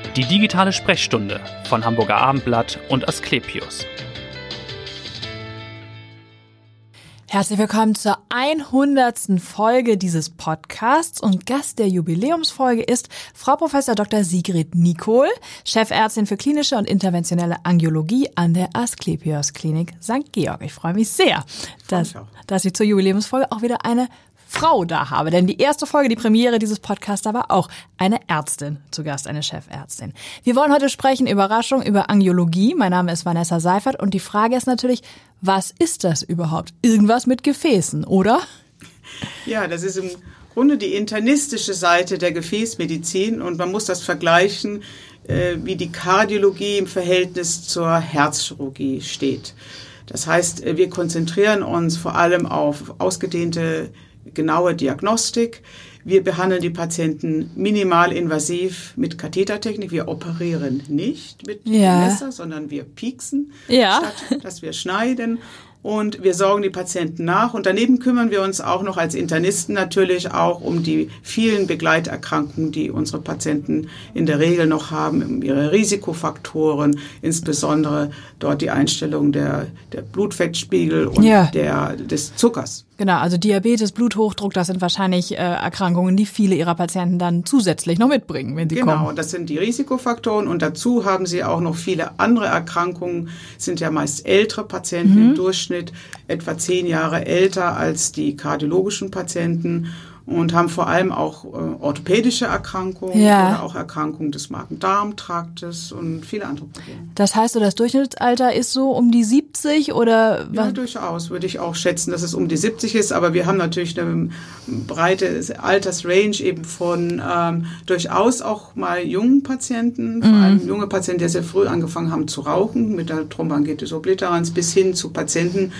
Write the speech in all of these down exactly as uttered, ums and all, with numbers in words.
Die digitale Sprechstunde von Hamburger Abendblatt und Asklepios. Herzlich willkommen zur hundertsten Folge dieses Podcasts und Gast der Jubiläumsfolge ist Frau Professor Doktor Sigrid Nicol, Chefärztin für klinische und interventionelle Angiologie an der Asklepios Klinik Sankt Georg. Ich freue mich sehr, dass, dass ich zur Jubiläumsfolge auch wieder eine Frau da habe, denn die erste Folge, die Premiere dieses Podcasts, da war auch eine Ärztin zu Gast, eine Chefärztin. Wir wollen heute sprechen, Überraschung, über Angiologie. Mein Name ist Vanessa Seifert und die Frage ist natürlich, was ist das überhaupt? Irgendwas mit Gefäßen, oder? Ja, das ist im Grunde die internistische Seite der Gefäßmedizin und man muss das vergleichen, äh, wie die Kardiologie im Verhältnis zur Herzchirurgie steht. Das heißt, wir konzentrieren uns vor allem auf ausgedehnte genaue Diagnostik. Wir behandeln die Patienten minimalinvasiv mit Kathetertechnik. Wir operieren nicht mit ja. Messer, sondern wir pieksen, ja. statt dass wir schneiden. Und wir sorgen die Patienten nach. Und daneben kümmern wir uns auch noch als Internisten natürlich auch um die vielen Begleiterkrankungen, die unsere Patienten in der Regel noch haben, um ihre Risikofaktoren, insbesondere dort die Einstellung der, der Blutfettspiegel und ja. der, des Zuckers. Genau, also Diabetes, Bluthochdruck, das sind wahrscheinlich äh, Erkrankungen, die viele ihrer Patienten dann zusätzlich noch mitbringen, wenn sie genau, kommen. Genau, das sind die Risikofaktoren und dazu haben sie auch noch viele andere Erkrankungen, sind ja meist ältere Patienten mhm. im Durchschnitt, etwa zehn Jahre älter als die kardiologischen Patienten und haben vor allem auch äh, orthopädische Erkrankungen ja. oder auch Erkrankungen des Magen-Darm-Traktes und viele andere Probleme. Das heißt, so das Durchschnittsalter ist so um die siebzig oder was? Ja, durchaus würde ich auch schätzen, dass es um die siebzig ist, aber wir haben natürlich eine breite Altersrange eben von ähm, durchaus auch mal jungen Patienten, mhm. vor allem junge Patienten, die sehr früh angefangen haben zu rauchen, mit der Thromboangiitis obliterans, bis hin zu Patienten,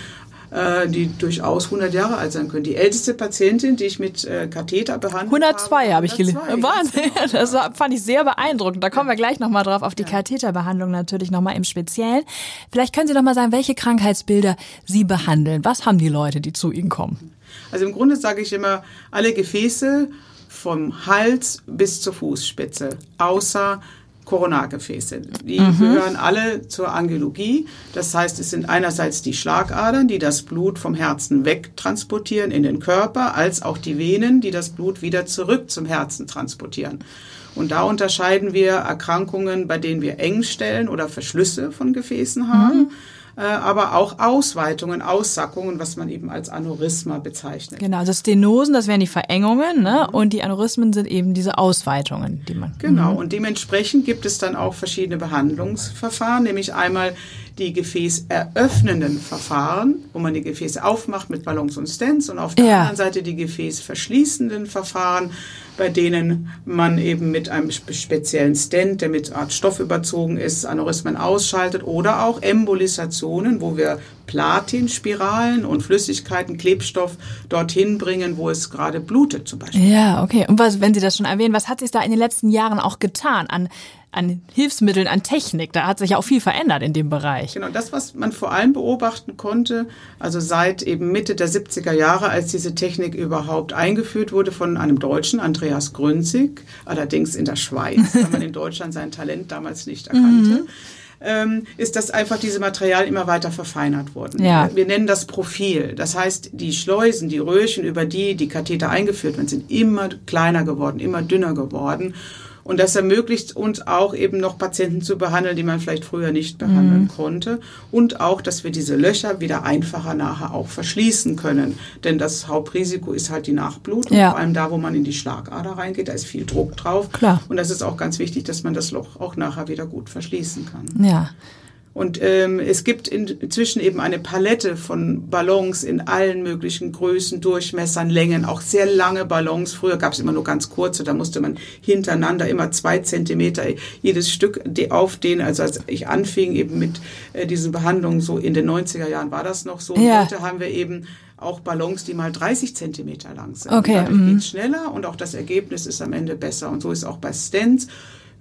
die durchaus hundert Jahre alt sein können. Die älteste Patientin, die ich mit äh, Katheter behandelt hundertzwei habe, habe ich gelesen. Wahnsinn, genau. Das fand ich sehr beeindruckend. Da kommen wir gleich nochmal drauf, auf die ja. Katheterbehandlung natürlich nochmal im Speziellen. Vielleicht können Sie noch mal sagen, welche Krankheitsbilder Sie behandeln. Was haben die Leute, die zu Ihnen kommen? Also im Grunde sage ich immer, alle Gefäße vom Hals bis zur Fußspitze, außer Koronargefäße. Die mhm. gehören alle zur Angiologie. Das heißt, es sind einerseits die Schlagadern, die das Blut vom Herzen wegtransportieren in den Körper, als auch die Venen, die das Blut wieder zurück zum Herzen transportieren. Und da unterscheiden wir Erkrankungen, bei denen wir Engstellen oder Verschlüsse von Gefäßen haben, mhm. aber auch Ausweitungen, Aussackungen, was man eben als Aneurysma bezeichnet. Genau, also Stenosen, das wären die Verengungen, ne? Mhm. Und die Aneurysmen sind eben diese Ausweitungen, die man... Genau, mhm. und dementsprechend gibt es dann auch verschiedene Behandlungsverfahren, nämlich einmal die gefäßeröffnenden Verfahren, wo man die Gefäße aufmacht mit Ballons und Stents, und auf der ja. anderen Seite die gefäßverschließenden Verfahren, bei denen man eben mit einem speziellen Stent, der mit Art Stoff überzogen ist, Aneurysmen ausschaltet, oder auch Embolisationen, wo wir Platinspiralen und Flüssigkeiten, Klebstoff dorthin bringen, wo es gerade blutet zum Beispiel. Ja, okay. Und was, wenn Sie das schon erwähnen, was hat sich da in den letzten Jahren auch getan an an Hilfsmitteln, an Technik? Da hat sich ja auch viel verändert in dem Bereich. Genau, das, was man vor allem beobachten konnte, also seit eben Mitte der siebziger Jahre, als diese Technik überhaupt eingeführt wurde von einem Deutschen, Andreas Grünzig, allerdings in der Schweiz, weil man in Deutschland sein Talent damals nicht erkannte. Mhm. Ähm, ist, dass einfach diese Materialien immer weiter verfeinert wurden. Ja. Wir nennen das Profil. Das heißt, die Schleusen, die Röhrchen, über die die Katheter eingeführt werden, sind immer kleiner geworden, immer dünner geworden. Und das ermöglicht uns auch eben noch Patienten zu behandeln, die man vielleicht früher nicht behandeln mhm. konnte. Und auch, dass wir diese Löcher wieder einfacher nachher auch verschließen können. Denn das Hauptrisiko ist halt die Nachblutung. Ja. Vor allem da, wo man in die Schlagader reingeht, da ist viel Druck drauf. Klar. Und das ist auch ganz wichtig, dass man das Loch auch nachher wieder gut verschließen kann. Ja. Und ähm, es gibt inzwischen eben eine Palette von Ballons in allen möglichen Größen, Durchmessern, Längen, auch sehr lange Ballons. Früher gab es immer nur ganz kurze, da musste man hintereinander immer zwei Zentimeter jedes Stück aufdehnen. Also als ich anfing eben mit äh, diesen Behandlungen, so in den neunziger Jahren war das noch so. Ja. Und heute haben wir eben auch Ballons, die mal dreißig Zentimeter lang sind. Okay. Dadurch mhm. geht's schneller und auch das Ergebnis ist am Ende besser. Und so ist auch bei Stents.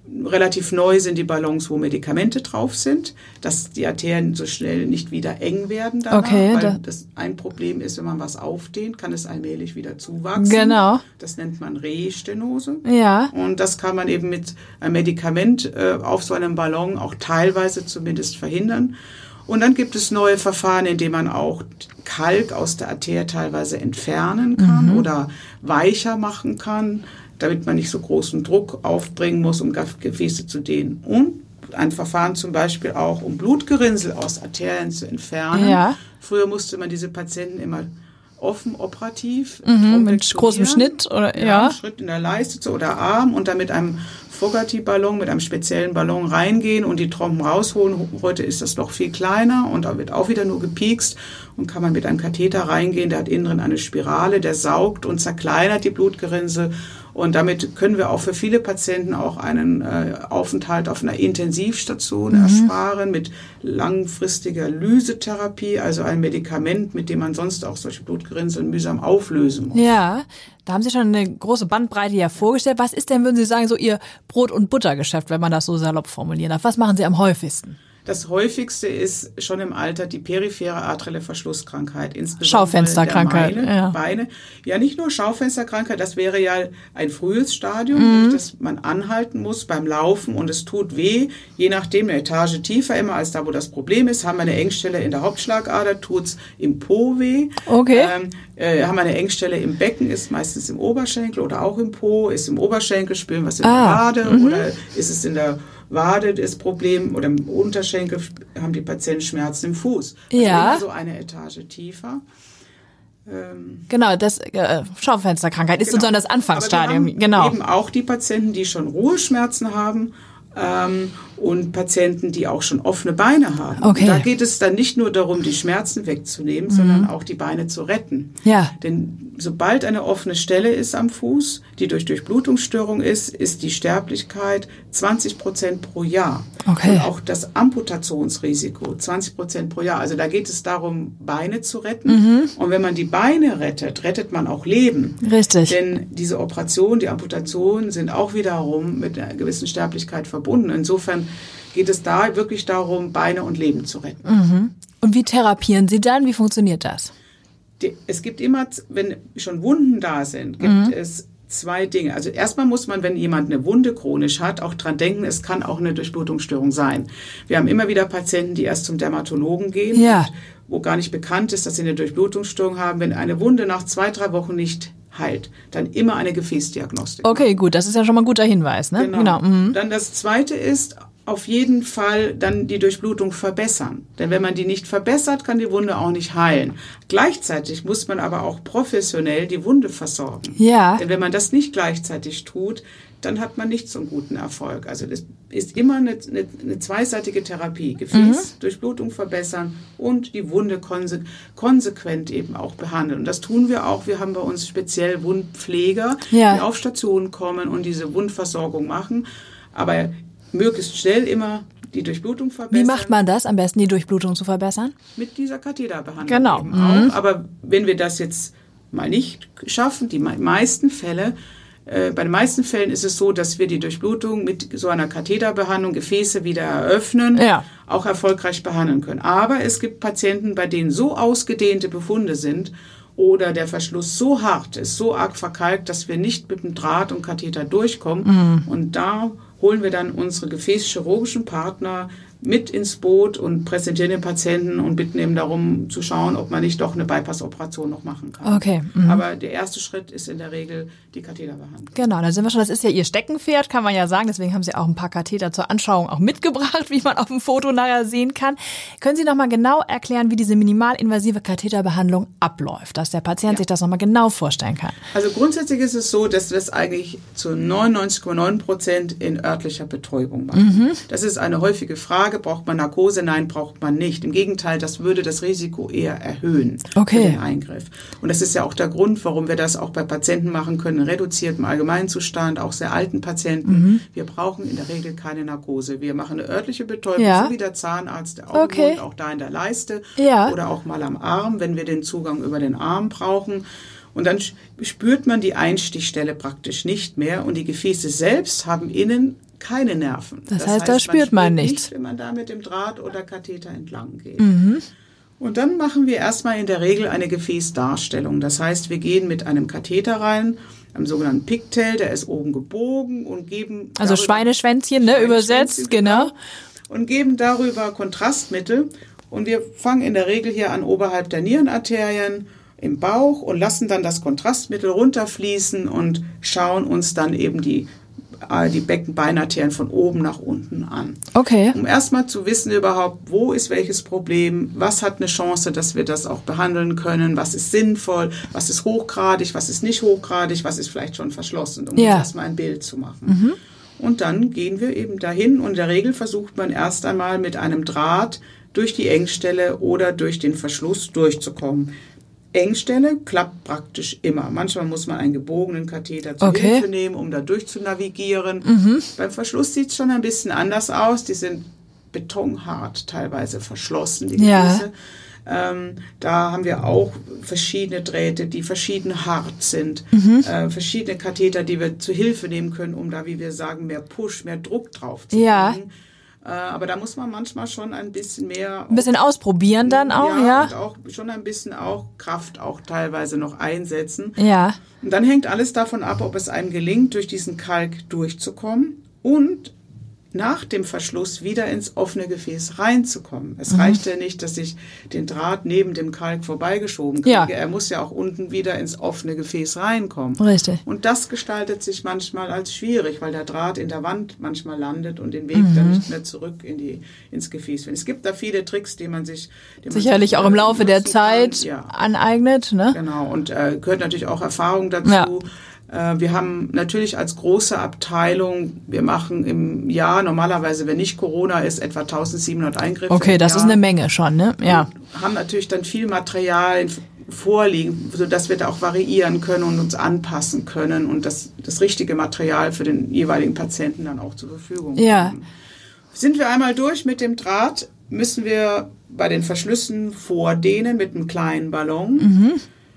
Relativ neu sind die Ballons, wo Medikamente drauf sind, dass die Arterien so schnell nicht wieder eng werden danach, okay, weil da das ein Problem ist, wenn man was aufdehnt, kann es allmählich wieder zuwachsen. Genau. Das nennt man Restenose. Ja. Und das kann man eben mit einem Medikament äh, auf so einem Ballon auch teilweise zumindest verhindern. Und dann gibt es neue Verfahren, in denen man auch Kalk aus der Arterie teilweise entfernen kann mhm. oder weicher machen kann, damit man nicht so großen Druck aufbringen muss, um Gefäße zu dehnen. Und ein Verfahren zum Beispiel auch, um Blutgerinnsel aus Arterien zu entfernen. Ja. Früher musste man diese Patienten immer offen operativ mhm, mit großem Schnitt oder ja, ja. Schritt in der Leiste oder Arm und dann mit einem Fogarty-Ballon, mit einem speziellen Ballon reingehen und die Trompen rausholen. Heute ist das noch viel kleiner und da wird auch wieder nur gepiekst und kann man mit einem Katheter reingehen, der hat innen drin eine Spirale, der saugt und zerkleinert die Blutgerinnsel. Und damit können wir auch für viele Patienten auch einen äh, Aufenthalt auf einer Intensivstation mhm. ersparen mit langfristiger Lysetherapie, also ein Medikament, mit dem man sonst auch solche Blutgerinnseln mühsam auflösen muss. Ja, da haben Sie schon eine große Bandbreite ja vorgestellt. Was ist denn, würden Sie sagen, so Ihr Brot- und Buttergeschäft, wenn man das so salopp formulieren darf? Was machen Sie am häufigsten? Das häufigste ist schon im Alter die periphere arterielle Verschlusskrankheit, insbesondere Schaufensterkrankheit, der Beine, ja. Beine. Ja, nicht nur Schaufensterkrankheit, das wäre ja ein frühes Stadium, mhm. dass man anhalten muss beim Laufen und es tut weh. Je nachdem, eine Etage tiefer immer als da, wo das Problem ist, haben wir eine Engstelle in der Hauptschlagader, tut's im Po weh. Okay. Ähm, äh, haben wir eine Engstelle im Becken, ist meistens im Oberschenkel oder auch im Po, ist im Oberschenkel, spüren wir es in ah. der Wade mhm. oder ist es in der Wade das Problem oder im Unterschenkel haben die Patienten Schmerzen im Fuß. Also ja. so eine Etage tiefer. Ähm, genau, das äh, Schaufensterkrankheit ist genau. sozusagen das Anfangsstadium. Aber wir haben genau. eben auch die Patienten, die schon Ruheschmerzen haben ähm, und Patienten, die auch schon offene Beine haben. Okay. Und da geht es dann nicht nur darum, die Schmerzen wegzunehmen, mhm. sondern auch die Beine zu retten. Ja. Denn sobald eine offene Stelle ist am Fuß, die durch Durchblutungsstörung ist, ist die Sterblichkeit zwanzig Prozent pro Jahr. Okay. Und auch das Amputationsrisiko zwanzig Prozent pro Jahr. Also da geht es darum, Beine zu retten. Mhm. Und wenn man die Beine rettet, rettet man auch Leben. Richtig. Denn diese Operationen, die Amputationen sind auch wiederum mit einer gewissen Sterblichkeit verbunden. Insofern geht es da wirklich darum, Beine und Leben zu retten. Mhm. Und wie therapieren Sie dann? Wie funktioniert das? Die, es gibt immer, wenn schon Wunden da sind, gibt mhm. es zwei Dinge. Also erstmal muss man, wenn jemand eine Wunde chronisch hat, auch dran denken, es kann auch eine Durchblutungsstörung sein. Wir haben immer wieder Patienten, die erst zum Dermatologen gehen, ja. wo gar nicht bekannt ist, dass sie eine Durchblutungsstörung haben. Wenn eine Wunde nach zwei, drei Wochen nicht heilt, dann immer eine Gefäßdiagnostik. Okay, gut, das ist ja schon mal ein guter Hinweis. Ne? Genau. genau. Mhm. Dann das Zweite ist, auf jeden Fall dann die Durchblutung verbessern. Denn wenn man die nicht verbessert, kann die Wunde auch nicht heilen. Gleichzeitig muss man aber auch professionell die Wunde versorgen. Ja. Denn wenn man das nicht gleichzeitig tut, dann hat man nicht so einen guten Erfolg. Also das ist immer eine, eine, eine zweiseitige Therapie. Gefäß, mhm. Durchblutung verbessern und die Wunde konse- konsequent eben auch behandeln. Und das tun wir auch. Wir haben bei uns speziell Wundpfleger, ja. die auf Stationen kommen und diese Wundversorgung machen. Aber möglichst schnell immer die Durchblutung verbessern. Wie macht man das, am besten die Durchblutung zu verbessern? Mit dieser Katheterbehandlung genau. eben mhm. auch. Aber wenn wir das jetzt mal nicht schaffen, die meisten Fälle, äh, bei den meisten Fällen ist es so, dass wir die Durchblutung mit so einer Katheterbehandlung, Gefäße wieder eröffnen, ja. auch erfolgreich behandeln können. Aber es gibt Patienten, bei denen so ausgedehnte Befunde sind oder der Verschluss so hart ist, so arg verkalkt, dass wir nicht mit dem Draht und Katheter durchkommen. Mhm. Und da holen wir dann unsere gefäßchirurgischen Partner mit ins Boot und präsentieren den Patienten und bitten eben darum zu schauen, ob man nicht doch eine Bypass-Operation noch machen kann. Okay. Mhm. Aber der erste Schritt ist in der Regel die Katheterbehandlung. Genau, da sind wir schon, das ist ja Ihr Steckenpferd, kann man ja sagen. Deswegen haben Sie auch ein paar Katheter zur Anschauung auch mitgebracht, wie man auf dem Foto nachher sehen kann. Können Sie noch mal genau erklären, wie diese minimalinvasive Katheterbehandlung abläuft, dass der Patient ja. sich das noch mal genau vorstellen kann? Also grundsätzlich ist es so, dass wir es eigentlich zu neunundneunzig Komma neun Prozent in örtlicher Betäubung machen. Mhm. Das ist eine häufige Frage. Braucht man Narkose? Nein, braucht man nicht. Im Gegenteil, das würde das Risiko eher erhöhen okay. für den Eingriff. Und das ist ja auch der Grund, warum wir das auch bei Patienten machen können, in reduziertem Allgemeinzustand, auch sehr alten Patienten. Mhm. Wir brauchen in der Regel keine Narkose. Wir machen eine örtliche Betäubung, ja. so wie der Zahnarzt, der Augenmund, okay. auch da in der Leiste ja. oder auch mal am Arm, wenn wir den Zugang über den Arm brauchen. Und dann spürt man die Einstichstelle praktisch nicht mehr und die Gefäße selbst haben innen keine Nerven. Das, das heißt, da spürt man, man nichts. Nicht, wenn man da mit dem Draht oder Katheter entlang geht. Mhm. Und dann machen wir erstmal in der Regel eine Gefäßdarstellung. Das heißt, wir gehen mit einem Katheter rein, einem sogenannten Pigtail, der ist oben gebogen und geben... Also Schweineschwänzchen, ne, übersetzt, genau. Und geben darüber Kontrastmittel. Und wir fangen in der Regel hier an oberhalb der Nierenarterien im Bauch und lassen dann das Kontrastmittel runterfließen und schauen uns dann eben die die Beckenbeinarterien von oben nach unten an. Okay. Um erstmal zu wissen überhaupt, wo ist welches Problem, was hat eine Chance, dass wir das auch behandeln können, was ist sinnvoll, was ist hochgradig, was ist nicht hochgradig, was ist vielleicht schon verschlossen, um ja. uns erstmal ein Bild zu machen. Mhm. Und dann gehen wir eben dahin und in der Regel versucht man erst einmal mit einem Draht durch die Engstelle oder durch den Verschluss durchzukommen. Engstelle klappt praktisch immer. Manchmal muss man einen gebogenen Katheter zur okay. Hilfe nehmen, um da durchzunavigieren. Mhm. Beim Verschluss sieht es schon ein bisschen anders aus. Die sind betonhart teilweise verschlossen, die Gefäße. Ja. Ähm, da haben wir auch verschiedene Drähte, die verschieden hart sind. Mhm. Äh, verschiedene Katheter, die wir zur Hilfe nehmen können, um da, wie wir sagen, mehr Push, mehr Druck drauf zu ja. kriegen. Aber da muss man manchmal schon ein bisschen mehr... Ein bisschen ausprobieren dann auch, ja. Ja, und auch schon ein bisschen auch Kraft auch teilweise noch einsetzen. Ja. Und dann hängt alles davon ab, ob es einem gelingt, durch diesen Kalk durchzukommen und nach dem Verschluss wieder ins offene Gefäß reinzukommen. Es mhm. reicht ja nicht, dass ich den Draht neben dem Kalk vorbeigeschoben kriege. Ja. Er muss ja auch unten wieder ins offene Gefäß reinkommen. Richtig. Und das gestaltet sich manchmal als schwierig, weil der Draht in der Wand manchmal landet und den Weg mhm. dann nicht mehr zurück in die, ins Gefäß findet. Es gibt da viele Tricks, die man sich... Die Sicherlich man sich auch im Laufe der Zeit ja. aneignet. Ne? Genau, und äh, gehört natürlich auch Erfahrung dazu. Ja. Wir haben natürlich als große Abteilung, wir machen im Jahr normalerweise, wenn nicht Corona ist, etwa tausendsiebenhundert Eingriffe. Okay, das Jahr. ist eine Menge schon, ne? Ja. Und haben natürlich dann viel Material vorliegen, sodass wir da auch variieren können und uns anpassen können und das, das richtige Material für den jeweiligen Patienten dann auch zur Verfügung ja. haben. Sind wir einmal durch mit dem Draht, müssen wir bei den Verschlüssen vordehnen mit einem kleinen Ballon. Mhm.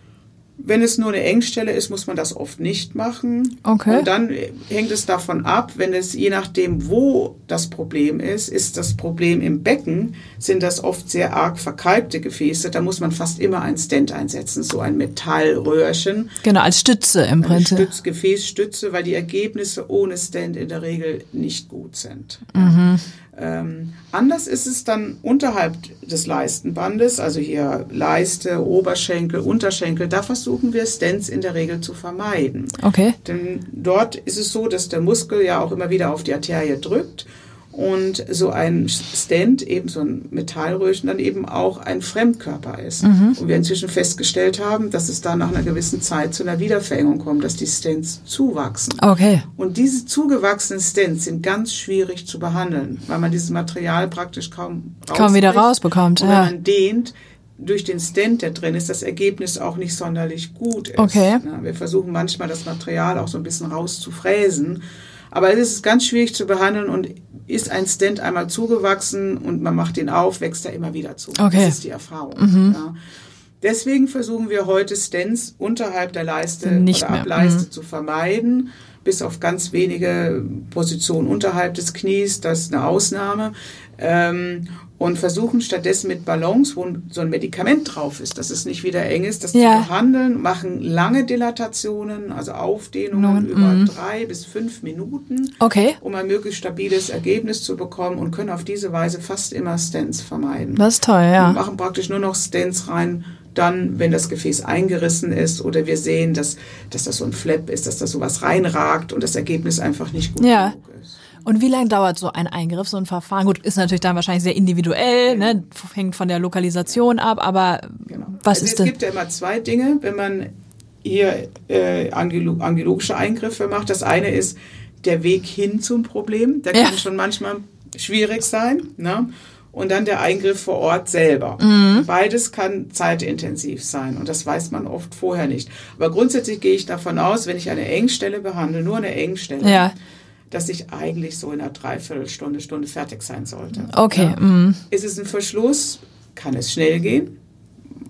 Wenn es nur eine Engstelle ist, muss man das oft nicht machen. Okay. Und dann hängt es davon ab, wenn es je nachdem, wo das Problem ist, ist das Problem im Becken, sind das oft sehr arg verkalkte Gefäße. Da muss man fast immer einen Stent einsetzen, so ein Metallröhrchen. Genau, als Stütze im Prinzip. Stütz, Gefäßstütze, weil die Ergebnisse ohne Stent in der Regel nicht gut sind. Mhm. Ähm, anders ist es dann unterhalb des Leistenbandes, also hier Leiste, Oberschenkel, Unterschenkel, da versuchen wir Stents in der Regel zu vermeiden. Okay. Denn dort ist es so, dass der Muskel ja auch immer wieder auf die Arterie drückt und so ein Stent, eben so ein Metallröhrchen, dann eben auch ein Fremdkörper ist. Mhm. Und wir inzwischen festgestellt haben, dass es da nach einer gewissen Zeit zu einer Wiederverengung kommt, dass die Stents zuwachsen. Okay. Und diese zugewachsenen Stents sind ganz schwierig zu behandeln, weil man dieses Material praktisch kaum kaum wieder rausbekommt. Und ja. wenn man dehnt, durch den Stent, der drin ist, das Ergebnis auch nicht sonderlich gut ist. Okay. Wir versuchen manchmal das Material auch so ein bisschen rauszufräsen. Aber es ist ganz schwierig zu behandeln und ist ein Stent einmal zugewachsen und man macht ihn auf, wächst er immer wieder zu. Okay. Das ist die Erfahrung. Mhm. Ja. Deswegen versuchen wir heute Stents unterhalb der Leiste Nicht oder mehr. Ableiste Mhm. zu vermeiden, bis auf ganz wenige Positionen unterhalb des Knies, das ist eine Ausnahme. Ähm, und versuchen stattdessen mit Ballons, wo so ein Medikament drauf ist, dass es nicht wieder eng ist, das ja. zu behandeln, machen lange Dilatationen, also Aufdehnungen Nun, über mm. drei bis fünf Minuten, okay. um ein möglichst stabiles Ergebnis zu bekommen und können auf diese Weise fast immer Stents vermeiden. Das ist toll, ja. Wir machen praktisch nur noch Stents rein, dann, wenn das Gefäß eingerissen ist oder wir sehen, dass, dass das so ein Flap ist, dass da sowas reinragt und das Ergebnis einfach nicht gut ja. genug ist. Und wie lange dauert so ein Eingriff, so ein Verfahren? Gut, ist natürlich dann wahrscheinlich sehr individuell, genau. ne? Hängt von der Lokalisation ab, aber genau. was also ist es denn? Es gibt ja immer zwei Dinge, wenn man hier äh, angelo- angiologische Eingriffe macht. Das eine ist der Weg hin zum Problem. Der ja. kann schon manchmal schwierig sein, ne? Und dann der Eingriff vor Ort selber. Mhm. Beides kann zeitintensiv sein und das weiß man oft vorher nicht. Aber grundsätzlich gehe ich davon aus, wenn ich eine Engstelle behandle, nur eine Engstelle, ja. dass ich eigentlich so in einer Dreiviertelstunde, Stunde fertig sein sollte. Okay. Ja. Mhm. Ist es ein Verschluss, kann es schnell gehen.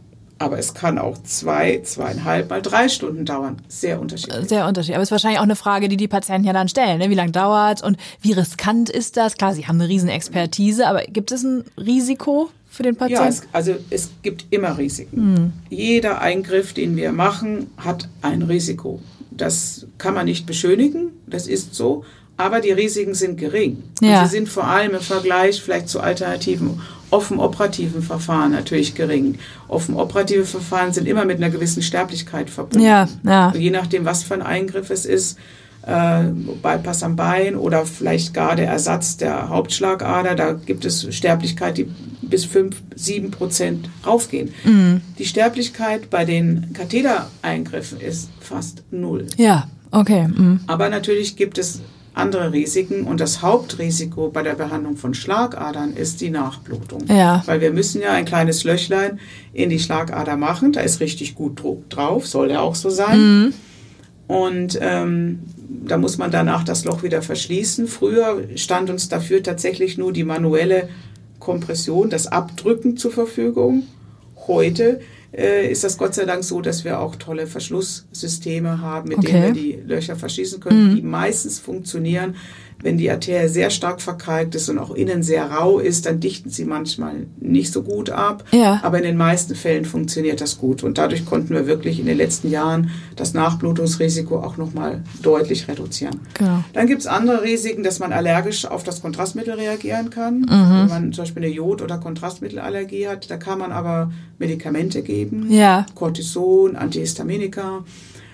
aber es kann auch zwei, zweieinhalb mal drei Stunden dauern. Sehr unterschiedlich. Sehr unterschiedlich. Aber es ist wahrscheinlich auch eine Frage, die die Patienten ja dann stellen. Ne? Wie lange dauert es und wie riskant ist das? Klar, sie haben eine riesen Expertise, aber gibt es ein Risiko für den Patienten? Ja, es, also es gibt immer Risiken. Mhm. Jeder Eingriff, den wir machen, hat ein Risiko. Das kann man nicht beschönigen, das ist so, aber die Risiken sind gering. Ja. Und sie sind vor allem im Vergleich vielleicht zu alternativen, offen operativen Verfahren natürlich gering. Offen operative Verfahren sind immer mit einer gewissen Sterblichkeit verbunden. Ja, ja. Und je nachdem, was für ein Eingriff es ist, äh, Bypass am Bein oder vielleicht gar der Ersatz der Hauptschlagader, da gibt es Sterblichkeit, die bis fünf, sieben Prozent raufgehen. Mhm. Die Sterblichkeit bei den Kathetereingriffen ist fast null. Ja, okay. Mhm. Aber natürlich gibt es andere Risiken und das Hauptrisiko bei der Behandlung von Schlagadern ist die Nachblutung. Ja. Weil wir müssen ja ein kleines Löchlein in die Schlagader machen, da ist richtig gut Druck drauf, soll ja auch so sein. Mhm. Und ähm, da muss man danach das Loch wieder verschließen. Früher stand uns dafür tatsächlich nur die manuelle Kompression, das Abdrücken zur Verfügung. Heute äh, ist das Gott sei Dank so, dass wir auch tolle Verschlusssysteme haben, mit okay. denen wir die Löcher verschließen können, mhm. die meistens funktionieren. Wenn die Arterie sehr stark verkalkt ist und auch innen sehr rau ist, dann dichten sie manchmal nicht so gut ab. Ja. Aber in den meisten Fällen funktioniert das gut. Und dadurch konnten wir wirklich in den letzten Jahren das Nachblutungsrisiko auch nochmal deutlich reduzieren. Genau. Dann gibt es andere Risiken, dass man allergisch auf das Kontrastmittel reagieren kann. Mhm. Wenn man zum Beispiel eine Jod- oder Kontrastmittelallergie hat, da kann man aber Medikamente geben. Ja. Cortison, Antihistaminika.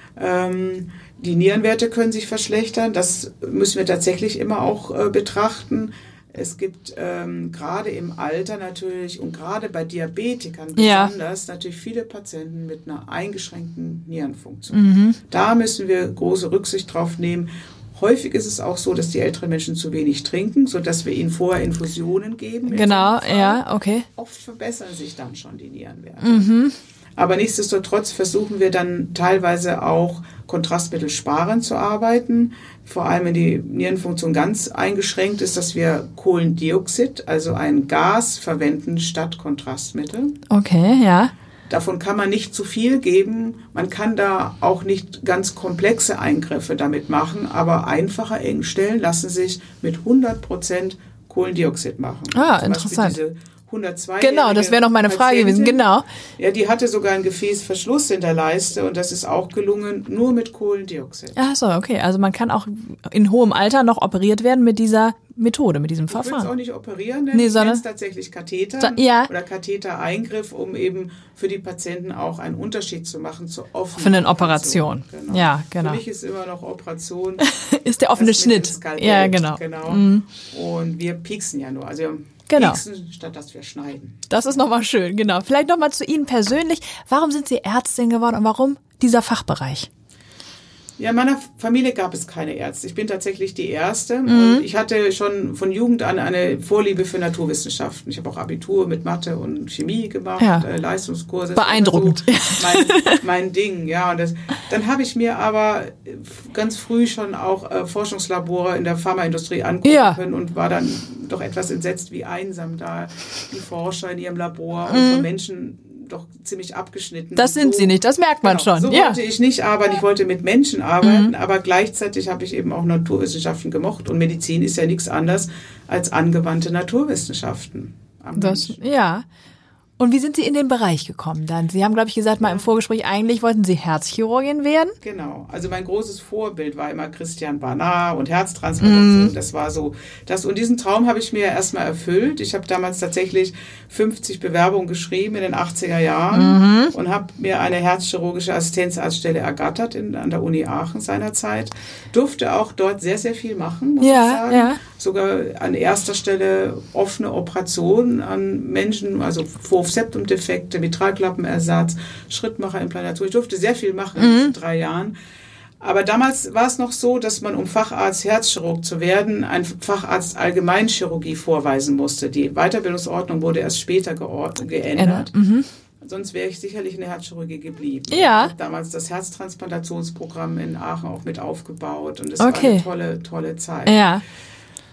Ähm, Die Nierenwerte können sich verschlechtern, das müssen wir tatsächlich immer auch äh, betrachten. Es gibt ähm, gerade im Alter natürlich und gerade bei Diabetikern besonders ja. natürlich viele Patienten mit einer eingeschränkten Nierenfunktion. Mhm. Da müssen wir große Rücksicht drauf nehmen. Häufig ist es auch so, dass die älteren Menschen zu wenig trinken, sodass wir ihnen vorher Infusionen geben. Genau, ja, okay. Oft verbessern sich dann schon die Nierenwerte. Mhm. Aber nichtsdestotrotz versuchen wir dann teilweise auch kontrastmittelsparend zu arbeiten. Vor allem, wenn die Nierenfunktion ganz eingeschränkt ist, dass wir Kohlendioxid, also ein Gas, verwenden statt Kontrastmittel. Okay, ja. Davon kann man nicht zu viel geben. Man kann da auch nicht ganz komplexe Eingriffe damit machen, aber einfache Engstellen lassen sich mit hundert Prozent Kohlendioxid machen. Ah, Zum interessant. Beispiel diese hundertzwei Genau, das wäre noch meine Frage gewesen, genau. Ja, die hatte sogar einen Gefäßverschluss in der Leiste und das ist auch gelungen, nur mit Kohlendioxid. Ach so, okay. Also man kann auch in hohem Alter noch operiert werden mit dieser Methode, mit diesem Verfahren. Du willst auch nicht operieren, denn nee, du sondern nennst tatsächlich Katheter so, ja. oder Kathetereingriff, um eben für die Patienten auch einen Unterschied zu machen zur offenen Für eine Operation. Operation. Genau. Ja, genau. Für mich ist immer noch Operation ist der offene Schnitt. Ja, genau. genau. Mhm. Und wir pieksen ja nur. Also wir Genau. pieksen, statt dass wir schneiden. Das ist nochmal schön, genau. Vielleicht nochmal zu Ihnen persönlich. Warum sind Sie Ärztin geworden und warum dieser Fachbereich? Ja, in meiner Familie gab es keine Ärzte. Ich bin tatsächlich die Erste. Mhm. Und ich hatte schon von Jugend an eine Vorliebe für Naturwissenschaften. Ich habe auch Abitur mit Mathe und Chemie gemacht, ja. äh, Leistungskurse. Beeindruckend. So mein, mein Ding, ja. Und das, dann habe ich mir aber ganz früh schon auch äh, Forschungslabore in der Pharmaindustrie angucken ja. können und war dann doch etwas entsetzt, wie einsam da die Forscher in ihrem Labor mhm. und von Menschen doch ziemlich abgeschnitten. Das sind so, sie nicht, das merkt man genau, schon. So ja. wollte ich nicht arbeiten, ich wollte mit Menschen arbeiten, mhm. aber gleichzeitig habe ich eben auch Naturwissenschaften gemocht und Medizin ist ja nichts anderes als angewandte Naturwissenschaften am das, Menschen. Ja. Und wie sind Sie in den Bereich gekommen dann? Sie haben, glaube ich, gesagt mal im Vorgespräch, eigentlich wollten Sie Herzchirurgin werden? Genau. Also mein großes Vorbild war immer Christian Barnard und Herztransplantation. Mm. Das war so das. Und diesen Traum habe ich mir erstmal erfüllt. Ich habe damals tatsächlich fünfzig Bewerbungen geschrieben in den achtziger Jahren mhm. und habe mir eine herzchirurgische Assistenzarztstelle ergattert in, an der Uni Aachen seinerzeit. Durfte auch dort sehr, sehr viel machen, muss ja, ich sagen. Ja. Sogar an erster Stelle offene Operationen an Menschen, also Septumdefekte, Mitralklappenersatz, Schrittmacherimplantatur. Ich durfte sehr viel machen in diesen drei Jahren. Aber damals war es noch so, dass man, um Facharzt Herzchirurg zu werden, einen Facharzt Allgemeinchirurgie vorweisen musste. Die Weiterbildungsordnung wurde erst später geordnet, geändert. Mhm. Sonst wäre ich sicherlich in der Herzchirurgie geblieben. Ja. Ich habe damals das Herztransplantationsprogramm in Aachen auch mit aufgebaut und es okay. war eine tolle, tolle Zeit. Ja.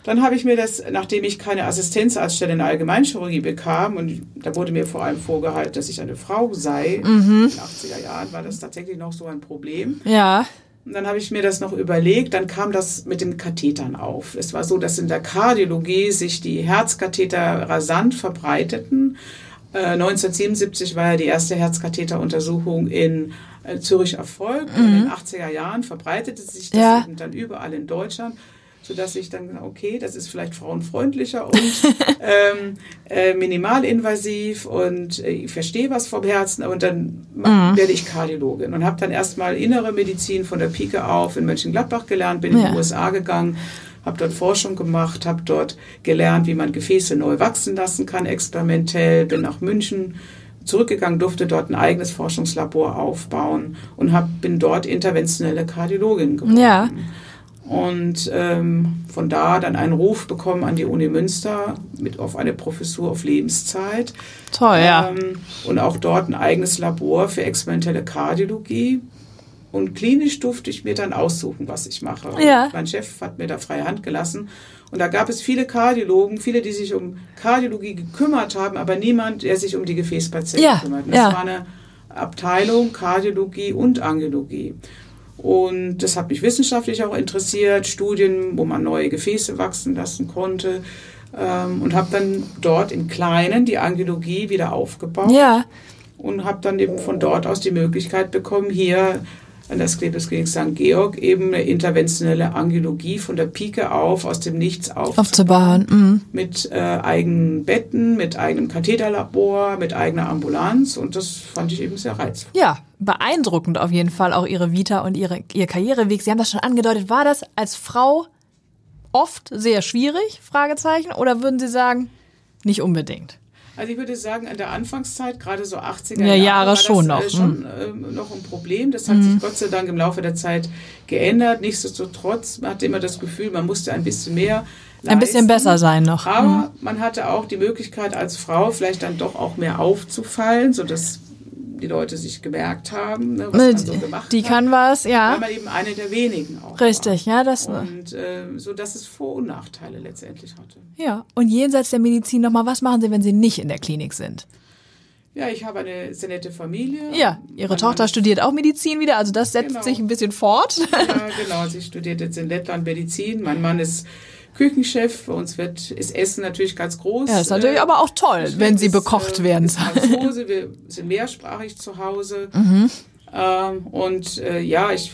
Dann habe ich mir das, nachdem ich keine Assistenzarztstelle in der Allgemeinchirurgie bekam, und da wurde mir vor allem vorgehalten, dass ich eine Frau sei, mhm. in den achtziger Jahren war das tatsächlich noch so ein Problem. Ja. Und dann habe ich mir das noch überlegt, dann kam das mit den Kathetern auf. Es war so, dass in der Kardiologie sich die Herzkatheter rasant verbreiteten. Äh, neunzehnhundertsiebenundsiebzig war ja die erste Herzkatheteruntersuchung in äh, Zürich erfolgt. Mhm. In den achtziger Jahren verbreitete sich das ja. eben dann überall in Deutschland, sodass ich dann, okay, das ist vielleicht frauenfreundlicher und ähm, äh, minimalinvasiv und äh, ich verstehe was vom Herzen, und dann mhm. werde ich Kardiologin und habe dann erstmal innere Medizin von der Pike auf in Mönchengladbach gelernt, bin ja. in die U S A gegangen, habe dort Forschung gemacht, habe dort gelernt, wie man Gefäße neu wachsen lassen kann, experimentell, bin nach München zurückgegangen, durfte dort ein eigenes Forschungslabor aufbauen und hab, bin dort interventionelle Kardiologin geworden. Ja. Und ähm, von da dann einen Ruf bekommen an die Uni Münster mit auf eine Professur auf Lebenszeit. Toll, ja. Ähm, und auch dort ein eigenes Labor für experimentelle Kardiologie. Und klinisch durfte ich mir dann aussuchen, was ich mache. Ja. Mein Chef hat mir da freie Hand gelassen. Und da gab es viele Kardiologen, viele, die sich um Kardiologie gekümmert haben, aber niemand, der sich um die Gefäßpatienten ja. kümmert. Das ja. war eine Abteilung Kardiologie und Angiologie. Und das hat mich wissenschaftlich auch interessiert, Studien, wo man neue Gefäße wachsen lassen konnte. Ähm, und habe dann dort im Kleinen die Angiologie wieder aufgebaut. Ja. Und habe dann eben von dort aus die Möglichkeit bekommen, hier an der Asklepios-Klinik Sankt Georg eben eine interventionelle Angiologie von der Pike auf, aus dem Nichts aufzubauen. aufzubauen. Mhm. Mit äh, eigenen Betten, mit eigenem Katheterlabor, mit eigener Ambulanz. Und das fand ich eben sehr reizvoll. Ja, beeindruckend auf jeden Fall auch Ihre Vita und Ihre, Ihr Karriereweg. Sie haben das schon angedeutet. War das als Frau oft sehr schwierig, Fragezeichen? Oder würden Sie sagen, nicht unbedingt? Also ich würde sagen, in der Anfangszeit, gerade so achtziger ja, Jahre, Jahre war schon das noch, äh, schon äh, noch ein Problem. Das hat mhm. sich Gott sei Dank im Laufe der Zeit geändert. Nichtsdestotrotz, man hatte immer das Gefühl, man musste ein bisschen mehr leisten. Ein bisschen besser sein noch. Aber mhm. man hatte auch die Möglichkeit als Frau vielleicht dann doch auch mehr aufzufallen, sodass die Leute sich gemerkt haben, ne, was man so gemacht die hat. Die kann was, ja. Weil man eben eine der wenigen auch Richtig, war. ja. Das und äh, so, dass es Vor- und Nachteile letztendlich hatte. Ja, und jenseits der Medizin nochmal, was machen Sie, wenn Sie nicht in der Klinik sind? Ja, ich habe eine sehr nette Familie. Ja, Ihre mein Tochter Mann studiert auch Medizin wieder, also das setzt genau. sich ein bisschen fort. Ja, genau. Sie studiert jetzt in Lettland Medizin. Mein Mann ist Küchenchef. Bei uns wird, ist Essen natürlich ganz groß. Ja, ist natürlich äh, aber auch toll, wenn sie ist, bekocht äh, werden. Ist Franzose, wir sind mehrsprachig zu Hause. Mhm. Ähm, und äh, ja, ich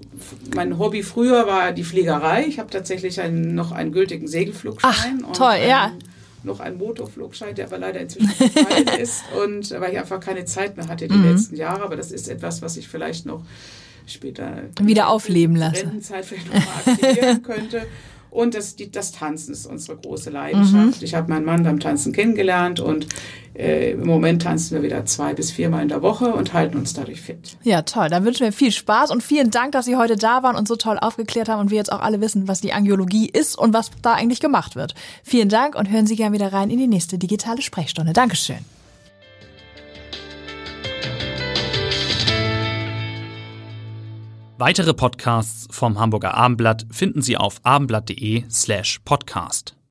mein Hobby früher war die Fliegerei. Ich habe tatsächlich einen, noch einen gültigen Segelflugschein. Ach, toll, und, ähm, ja. noch einen Motorflugschein, der aber leider inzwischen gefallen ist. Und weil ich einfach keine Zeit mehr hatte die mhm. letzten Jahre. Aber das ist etwas, was ich vielleicht noch später wieder aufleben lasse. In der Rentenzeit vielleicht noch mal aktivieren könnte. Und das, die, das Tanzen ist unsere große Leidenschaft. Mhm. Ich habe meinen Mann beim Tanzen kennengelernt und äh, im Moment tanzen wir wieder zwei bis viermal in der Woche und halten uns dadurch fit. Ja, toll. Dann wünschen wir viel Spaß und vielen Dank, dass Sie heute da waren und so toll aufgeklärt haben und wir jetzt auch alle wissen, was die Angiologie ist und was da eigentlich gemacht wird. Vielen Dank und hören Sie gerne wieder rein in die nächste digitale Sprechstunde. Dankeschön. Weitere Podcasts vom Hamburger Abendblatt finden Sie auf abendblatt.de slash podcast.